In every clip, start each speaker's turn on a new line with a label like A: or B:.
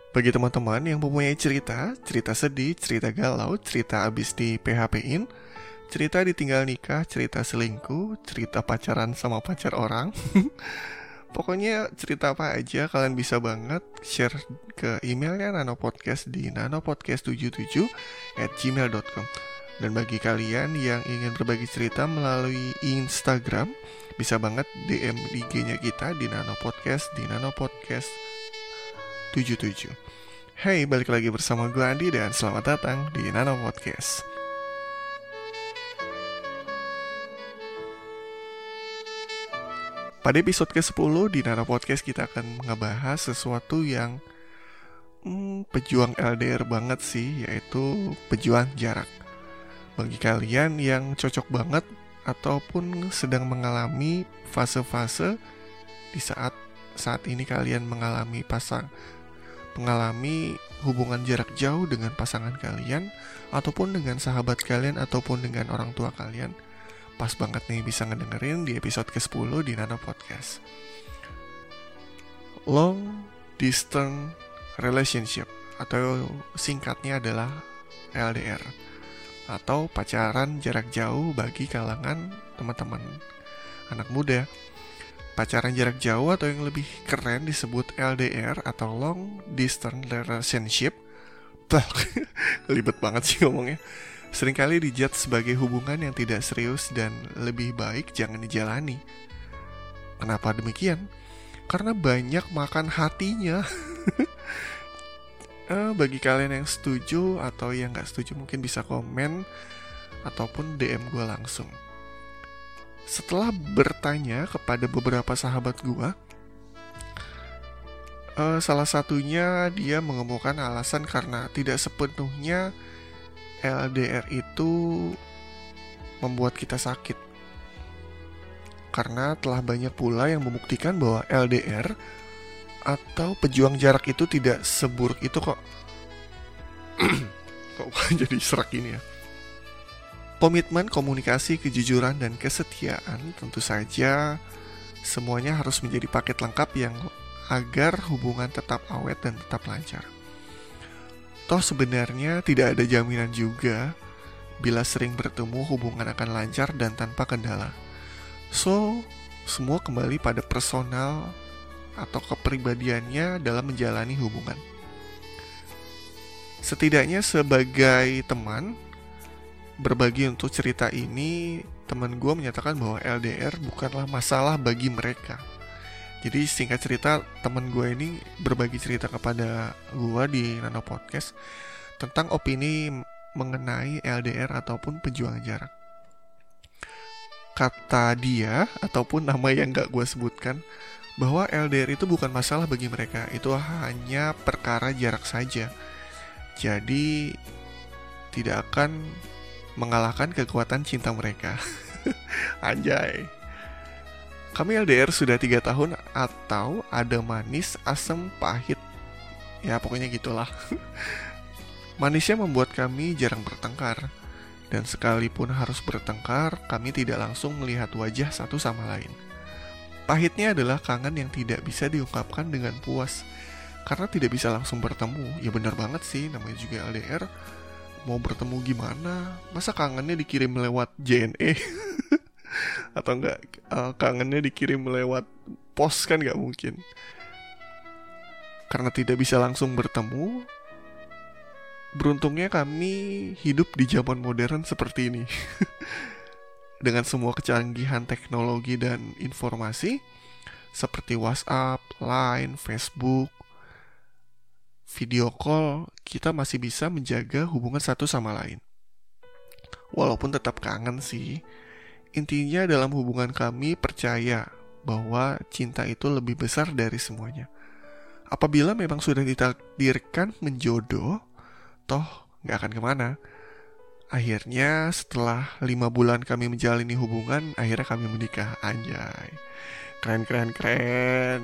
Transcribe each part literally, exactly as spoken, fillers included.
A: Bagi teman-teman yang mempunyai cerita, cerita sedih, cerita galau, cerita abis di P H P-in, cerita ditinggal nikah, cerita selingkuh, cerita pacaran sama pacar orang. Pokoknya cerita apa aja kalian bisa banget share ke emailnya nanopodcast di nanopodcast tujuh tujuh at gmail dot com. Dan bagi kalian yang ingin berbagi cerita melalui Instagram, bisa banget D M I G-nya kita di nanopodcast di nanopodcast tujuh tujuh. Hey, balik lagi bersama gue Andi dan selamat datang di Nano Podcast. Pada episode kesepuluh di Nano Podcast kita akan ngebahas sesuatu yang hmm, pejuang L D R banget sih, yaitu pejuang jarak. Bagi kalian yang cocok banget ataupun sedang mengalami fase-fase di saat saat ini kalian mengalami pasang mengalami hubungan jarak jauh dengan pasangan kalian ataupun dengan sahabat kalian ataupun dengan orang tua kalian, pas banget nih bisa ngedengerin di episode kesepuluh di Nano Podcast. Long Distance Relationship atau singkatnya adalah L D R atau pacaran jarak jauh bagi kalangan teman-teman anak muda. Pacaran jarak jauh atau yang lebih keren disebut L D R atau Long Distance Relationship. Libet banget sih ngomongnya. Seringkali dijudge sebagai hubungan yang tidak serius dan lebih baik jangan dijalani. Kenapa demikian? Karena banyak makan hatinya. eh, Bagi kalian yang setuju atau yang gak setuju mungkin bisa komen ataupun D M gue langsung. Setelah bertanya kepada beberapa sahabat gue, uh, salah satunya dia mengemukakan alasan karena tidak sepenuhnya L D R itu membuat kita sakit. Karena telah banyak pula yang membuktikan bahwa L D R atau pejuang jarak itu tidak seburuk itu kok. Kok jadi serak ini ya. Komitmen, komunikasi, kejujuran, dan kesetiaan tentu saja semuanya harus menjadi paket lengkap yang agar hubungan tetap awet dan tetap lancar. Toh sebenarnya tidak ada jaminan juga bila sering bertemu hubungan akan lancar dan tanpa kendala. So, semua kembali pada personal atau kepribadiannya dalam menjalani hubungan. Setidaknya sebagai teman berbagi untuk cerita ini, teman gue menyatakan bahwa L D R bukanlah masalah bagi mereka. Jadi singkat cerita, teman gue ini berbagi cerita kepada gue di Nano Podcast tentang opini mengenai L D R ataupun pejuang jarak. Kata dia, ataupun nama yang gak gue sebutkan, bahwa L D R itu bukan masalah bagi mereka. Itu hanya perkara jarak saja. Jadi tidak akan mengalahkan kekuatan cinta mereka. Anjay. Kami L D R sudah tiga tahun atau ada manis, asam, pahit. Ya pokoknya gitulah. Manisnya membuat kami jarang bertengkar. Dan sekalipun harus bertengkar, kami tidak langsung melihat wajah satu sama lain. Pahitnya adalah kangen yang tidak bisa diungkapkan dengan puas. Karena tidak bisa langsung bertemu. Ya benar banget sih, namanya juga L D R. Mau bertemu gimana? Masa kangennya dikirim lewat J N E? Atau enggak uh, kangennya dikirim lewat pos, kan gak mungkin. Karena tidak bisa langsung bertemu, beruntungnya kami hidup di zaman modern seperti ini. Dengan semua kecanggihan teknologi dan informasi seperti WhatsApp, Line, Facebook, video call, kita masih bisa menjaga hubungan satu sama lain. Walaupun tetap kangen sih, intinya dalam hubungan kami percaya bahwa cinta itu lebih besar dari semuanya. Apabila memang sudah ditakdirkan menjodoh, toh gak akan kemana. Akhirnya setelah lima bulan kami menjalani hubungan, akhirnya kami menikah. Anjay, keren keren keren.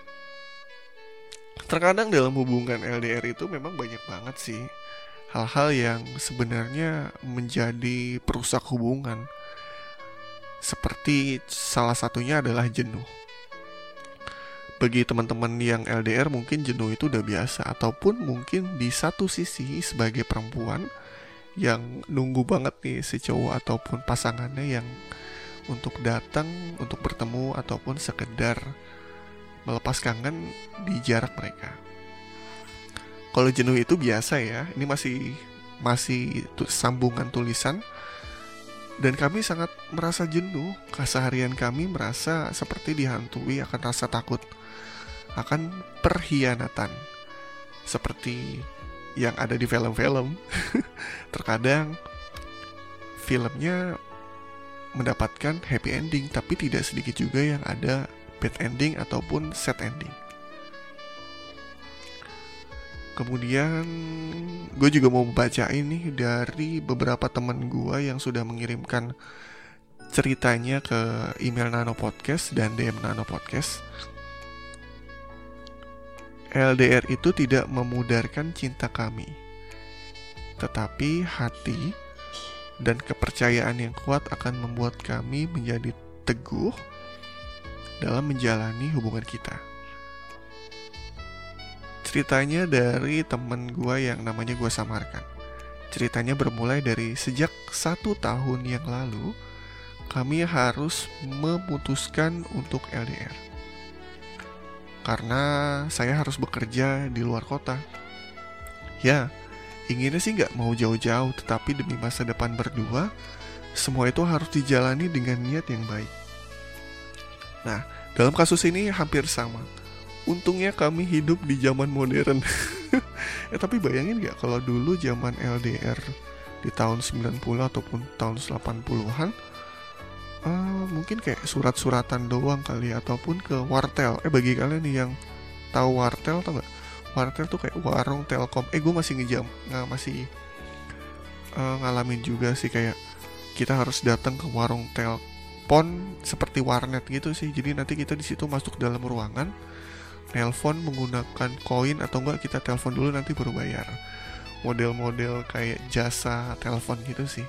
A: Terkadang dalam hubungan L D R itu memang banyak banget sih hal-hal yang sebenarnya menjadi perusak hubungan. Seperti salah satunya adalah jenuh. bagi teman-teman yang L D R mungkin jenuh itu udah biasa, ataupun mungkin di satu sisi sebagai perempuan yang nunggu banget nih si cowok ataupun pasangannya yang untuk datang, untuk bertemu, ataupun sekedar melepas kangen di jarak mereka. Kalau jenuh itu biasa ya, ini masih masih tu, sambungan tulisan. Dan kami sangat merasa jenuh, keseharian kami merasa seperti dihantui akan rasa takut akan perhianatan, seperti yang ada di film-film. Terkadang filmnya mendapatkan happy ending, tapi tidak sedikit juga yang ada bad ending ataupun sad ending. Kemudian gue juga mau baca ini dari beberapa teman gue yang sudah mengirimkan ceritanya ke email Nano Podcast dan D M Nano Podcast. L D R itu tidak memudarkan cinta kami, tetapi hati dan kepercayaan yang kuat akan membuat kami menjadi teguh dalam menjalani hubungan kita. Ceritanya dari temen gue yang namanya gue samarkan. Ceritanya bermulai dari sejak satu tahun yang lalu kami harus memutuskan untuk L D R. Karena saya harus bekerja di luar kota. Ya, inginnya sih gak mau jauh-jauh, tetapi demi masa depan berdua, semua itu harus dijalani dengan niat yang baik. Nah, dalam kasus ini hampir sama. Untungnya kami hidup di zaman modern. Ya tapi bayangin gak kalau dulu zaman L D R di tahun sembilan puluh ataupun tahun delapan puluhan, uh, mungkin kayak surat-suratan doang kali, ataupun ke wartel. Eh bagi kalian nih yang tahu wartel, tau gak? Wartel tuh kayak warung telkom. Eh gue masih ngejam, nggak masih uh, ngalamin juga sih, kayak kita harus datang ke warung telepon seperti warnet gitu sih. Jadi nanti kita di situ masuk dalam ruangan, telepon menggunakan koin, atau enggak kita telepon dulu nanti baru bayar. Model-model kayak jasa telepon gitu sih.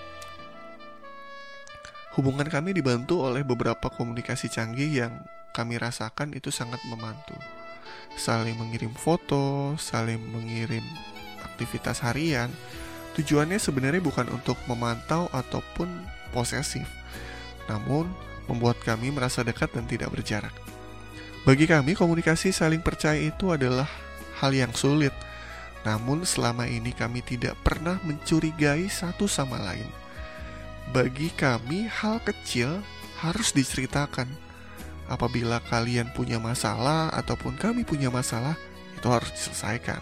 A: Hubungan kami dibantu oleh beberapa komunikasi canggih yang kami rasakan itu sangat membantu. Saling mengirim foto, saling mengirim aktivitas harian. Tujuannya sebenarnya bukan untuk memantau ataupun posesif, namun membuat kami merasa dekat dan tidak berjarak. Bagi kami, komunikasi saling percaya itu adalah hal yang sulit. Namun selama ini kami tidak pernah mencurigai satu sama lain. Bagi kami, hal kecil harus diceritakan. Apabila kalian punya masalah ataupun kami punya masalah, itu harus diselesaikan.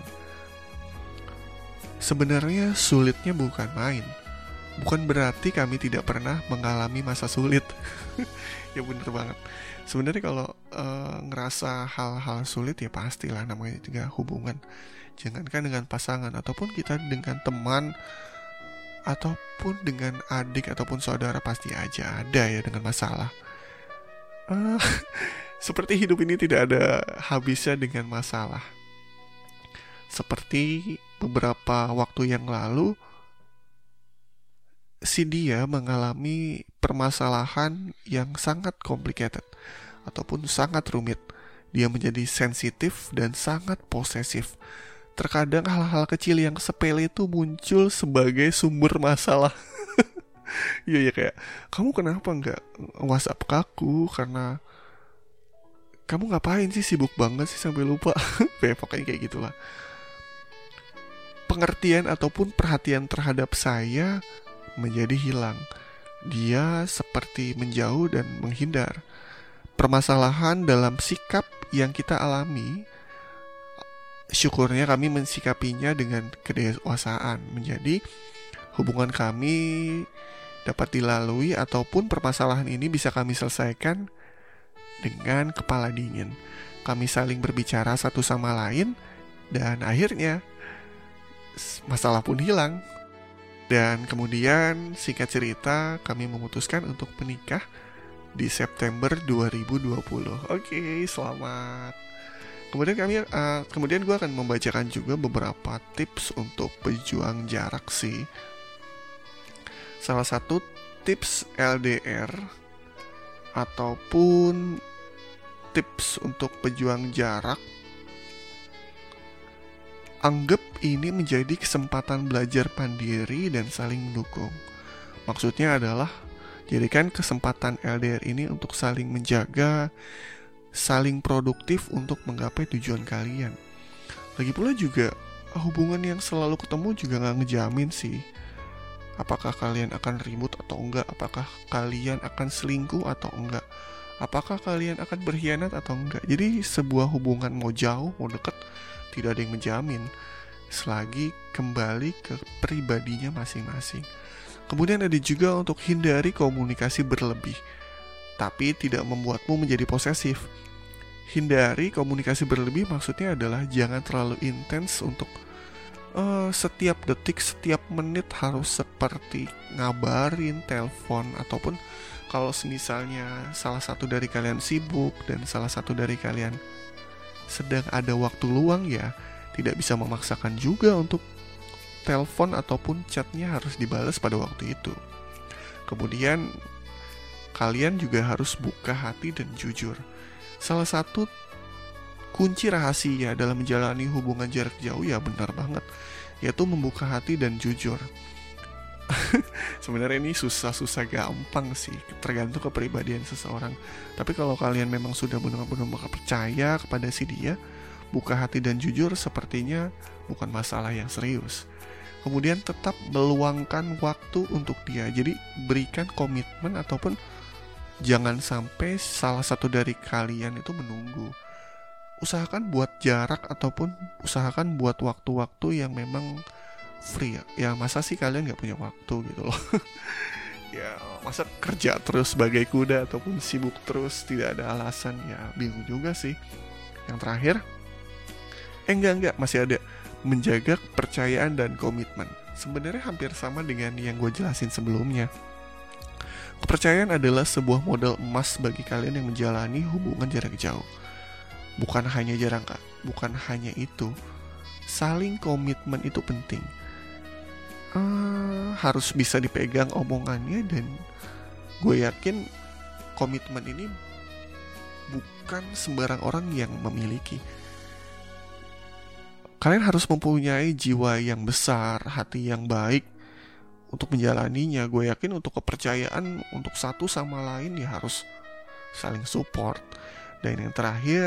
A: Sebenarnya sulitnya bukan main. Bukan berarti kami tidak pernah mengalami masa sulit. Ya bener banget. Sebenarnya kalau e, ngerasa hal-hal sulit ya pastilah, namanya juga hubungan. Jangankan dengan pasangan, ataupun kita dengan teman, ataupun dengan adik ataupun saudara, pasti aja ada ya dengan masalah. e, Seperti hidup ini tidak ada habisnya dengan masalah. Seperti beberapa waktu yang lalu, si dia mengalami permasalahan yang sangat complicated ataupun sangat rumit. Dia menjadi sensitif dan sangat posesif. Terkadang hal-hal kecil yang sepele itu muncul sebagai sumber masalah. Iya ya, kayak kamu kenapa nggak WhatsApp aku, karena kamu ngapain sih, sibuk banget sih sampai lupa. Pokoknya kayak gitulah. Pengertian ataupun perhatian terhadap saya menjadi hilang. Dia seperti menjauh dan menghindar. Permasalahan dalam sikap yang kita alami, syukurnya kami mensikapinya dengan kedewasaan. Menjadi hubungan kami dapat dilalui, ataupun permasalahan ini bisa kami selesaikan dengan kepala dingin. Kami saling berbicara satu sama lain, dan akhirnya masalah pun hilang. Dan kemudian singkat cerita, kami memutuskan untuk menikah di September dua ribu dua puluh. Oke, selamat. Kemudian kami uh, kemudian gue akan membacakan juga beberapa tips untuk pejuang jarak sih. Salah satu tips L D R ataupun tips untuk pejuang jarak. Anggap ini menjadi kesempatan belajar mandiri dan saling mendukung. Maksudnya adalah jadikan kesempatan L D R ini untuk saling menjaga, saling produktif untuk menggapai tujuan kalian. Lagi pula juga hubungan yang selalu ketemu juga gak ngejamin sih apakah kalian akan ribut atau enggak, apakah kalian akan selingkuh atau enggak, apakah kalian akan berkhianat atau enggak. Jadi sebuah hubungan mau jauh mau deket tidak ada yang menjamin selagi kembali ke pribadinya masing-masing. Kemudian ada juga untuk hindari komunikasi berlebih tapi tidak membuatmu menjadi posesif. Hindari komunikasi berlebih maksudnya adalah jangan terlalu intens untuk uh, setiap detik, setiap menit harus seperti ngabarin, telepon, ataupun kalau misalnya salah satu dari kalian sibuk dan salah satu dari kalian sedang ada waktu luang, ya tidak bisa memaksakan juga untuk telepon ataupun chatnya harus dibalas pada waktu itu. Kemudian kalian juga harus buka hati dan jujur. Salah satu kunci rahasia dalam menjalani hubungan jarak jauh ya benar banget, yaitu membuka hati dan jujur. Sebenarnya ini susah-susah gampang sih, tergantung kepribadian seseorang. Tapi kalau kalian memang sudah benar-benar percaya kepada si dia, buka hati dan jujur sepertinya bukan masalah yang serius. Kemudian tetap meluangkan waktu untuk dia. Jadi berikan komitmen ataupun jangan sampai salah satu dari kalian itu menunggu. Usahakan buat jarak ataupun usahakan buat waktu-waktu yang memang free ya. Ya masa sih kalian gak punya waktu gitu loh. Ya masa kerja terus sebagai kuda ataupun sibuk terus tidak ada alasan, ya bingung juga sih. Yang terakhir, eh enggak-enggak masih ada menjaga kepercayaan dan komitmen. Sebenarnya hampir sama dengan yang gue jelasin sebelumnya. Kepercayaan adalah sebuah modal emas bagi kalian yang menjalani hubungan jarak jauh. Bukan hanya jarak, bukan hanya itu. Saling komitmen itu penting. Uh, harus bisa dipegang omongannya, dan gue yakin komitmen ini bukan sembarang orang yang memiliki. Kalian harus mempunyai jiwa yang besar, hati yang baik untuk menjalaninya. Gue yakin untuk kepercayaan untuk satu sama lain ya harus saling support. Dan yang terakhir,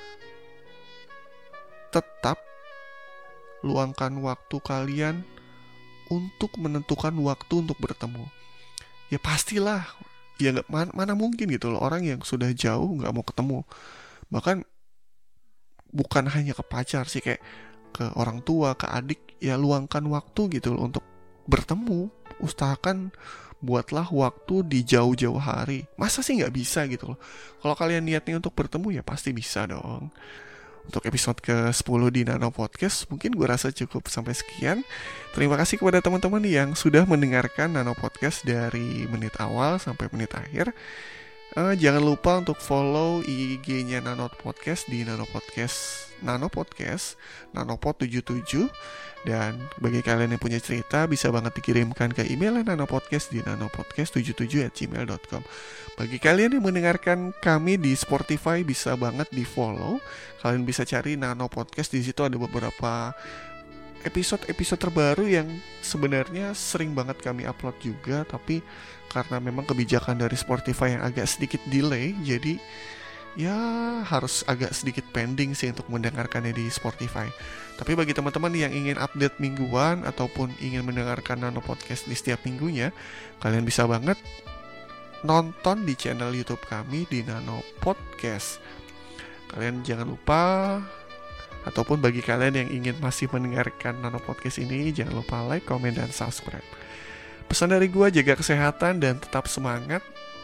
A: tetap luangkan waktu kalian untuk menentukan waktu untuk bertemu. Ya pastilah, ya gak, mana, mana mungkin gitu loh orang yang sudah jauh gak mau ketemu. Bahkan bukan hanya ke pacar sih, kayak ke orang tua, ke adik, ya luangkan waktu gitu loh untuk bertemu. Usahakan buatlah waktu di jauh-jauh hari. Masa sih gak bisa gitu loh. Kalau kalian niatnya untuk bertemu ya pasti bisa dong. Untuk episode ke sepuluh di Nano Podcast mungkin gue rasa cukup sampai sekian. Terima kasih kepada teman-teman yang sudah mendengarkan Nano Podcast dari menit awal sampai menit akhir. Uh, jangan lupa untuk follow I G-nya Nano Podcast di Nano Podcast, Nano Podcast, Nanopod tujuh tujuh. Dan bagi kalian yang punya cerita bisa banget dikirimkan ke email nanopodcast di nanopodcast tujuh tujuh at gmail dot com. Bagi kalian yang mendengarkan kami di Spotify bisa banget di follow. Kalian bisa cari Nano Podcast, di situ ada beberapa episode-episode terbaru yang sebenarnya sering banget kami upload juga, tapi karena memang kebijakan dari Spotify yang agak sedikit delay, jadi ya harus agak sedikit pending sih untuk mendengarkannya di Spotify. Tapi bagi teman-teman yang ingin update mingguan ataupun ingin mendengarkan Nano Podcast di setiap minggunya, kalian bisa banget nonton di channel YouTube kami di Nano Podcast. Kalian jangan lupa, ataupun bagi kalian yang ingin masih mendengarkan Nano Podcast ini, jangan lupa like, komen, dan subscribe. Pesan dari gue, jaga kesehatan dan tetap semangat.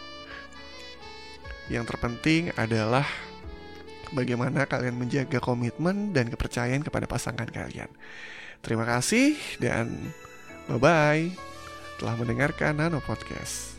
A: Yang terpenting adalah bagaimana kalian menjaga komitmen dan kepercayaan kepada pasangan kalian. Terima kasih dan bye-bye telah mendengarkan Nano Podcast.